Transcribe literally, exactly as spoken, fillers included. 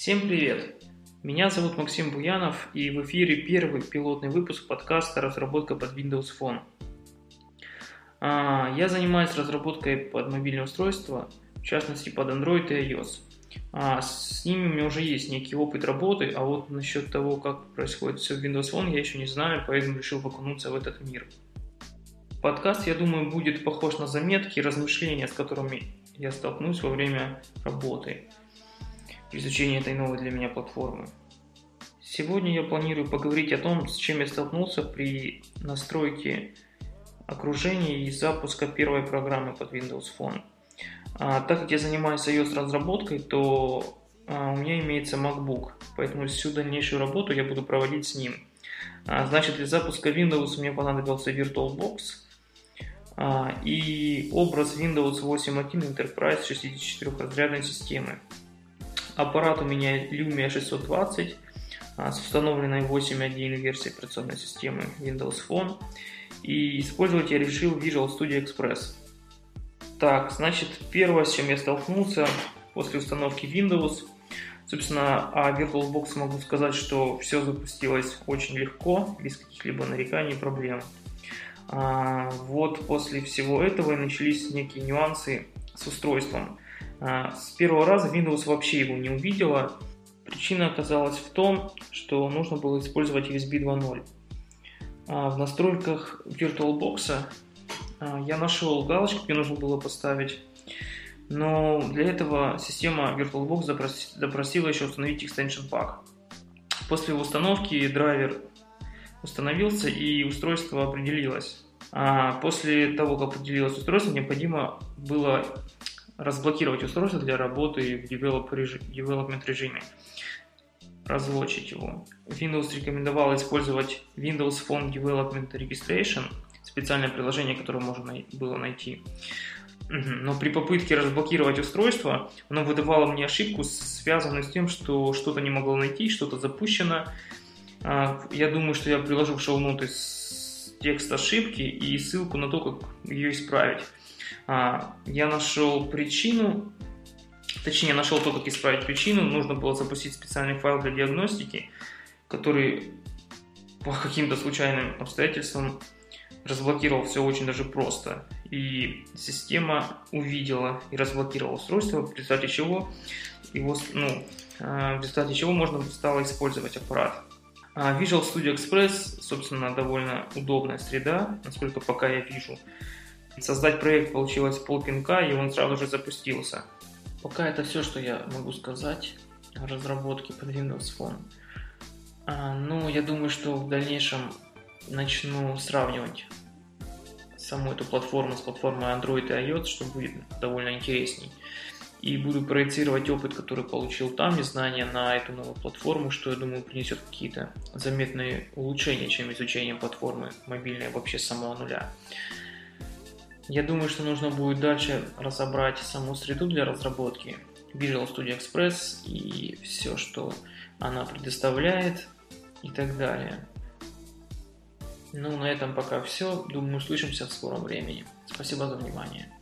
Всем привет! Меня зовут Максим Буянов, и в эфире первый пилотный выпуск подкаста «Разработка под Windows Phone». Я занимаюсь разработкой под мобильные устройства, в частности под Android и iOS. С ними у меня уже есть некий опыт работы, а вот насчет того, как происходит все в Windows Phone, я еще не знаю, поэтому решил окунуться в этот мир. Подкаст, я думаю, будет похож на заметки и размышления, с которыми я столкнусь во время работы, при изучении этой новой для меня платформы. Сегодня я планирую поговорить о том, с чем я столкнулся при настройке окружения и запуска первой программы под Windows Phone. А, так как я занимаюсь iOS-разработкой, то а, у меня имеется MacBook, поэтому всю дальнейшую работу я буду проводить с ним. А, значит, для запуска Windows мне понадобился VirtualBox а, и образ Windows восемь точка один Enterprise шестидесятичетырёхразрядной системы. Аппарат у меня Lumia шестьсот двадцать а, с установленной восемь точка один версией операционной системы Windows Phone. И использовать я решил Visual Studio Express. Так, значит, первое, с чем я столкнулся после установки Windows, собственно, о VirtualBox могу сказать, что все запустилось очень легко, без каких-либо нареканий и проблем. А, вот после всего этого начались некие нюансы с устройством. А, с первого раза Windows вообще его не увидела. Причина оказалась в том, что нужно было использовать ю эс би два ноль. В настройках VirtualBox я нашел галочку, где нужно было поставить, но для этого система VirtualBox запросила еще установить Extension Pack. После установки драйвер установился и устройство определилось. А после того, как определилось устройство, необходимо было разблокировать устройство для работы в development режиме. Разлочить его. Windows рекомендовал использовать Windows Phone Development Registration, специальное приложение, которое можно было найти. Но при попытке разблокировать устройство, оно выдавало мне ошибку, связанную с тем, что что-то не могло найти, что-то запущено. Я думаю, что я приложу в шоу-ноты текст ошибки и ссылку на то, как ее исправить. Я нашел причину, точнее нашел то, как исправить причину. Нужно было запустить специальный файл для диагностики, который по каким-то случайным обстоятельствам разблокировал все очень даже просто. И система увидела и разблокировала устройство, в результате чего, его, ну, в результате чего можно стало использовать аппарат. Visual Studio Express, собственно, довольно удобная среда, насколько пока я вижу. Создать проект получилось полпинка, и он сразу же запустился. Пока это все, что я могу сказать о разработке под Windows Phone. А, ну, я думаю, что в дальнейшем начну сравнивать саму эту платформу с платформой Android и iOS, что будет довольно интересней. И буду проецировать опыт, который получил там, и знания на эту новую платформу, что, я думаю, принесет какие-то заметные улучшения, чем изучение платформы мобильной вообще с самого нуля. Я думаю, что нужно будет дальше разобрать саму среду для разработки Visual Studio Express и все, что она предоставляет и так далее. Ну, на этом пока все. Думаю, услышимся в скором времени. Спасибо за внимание.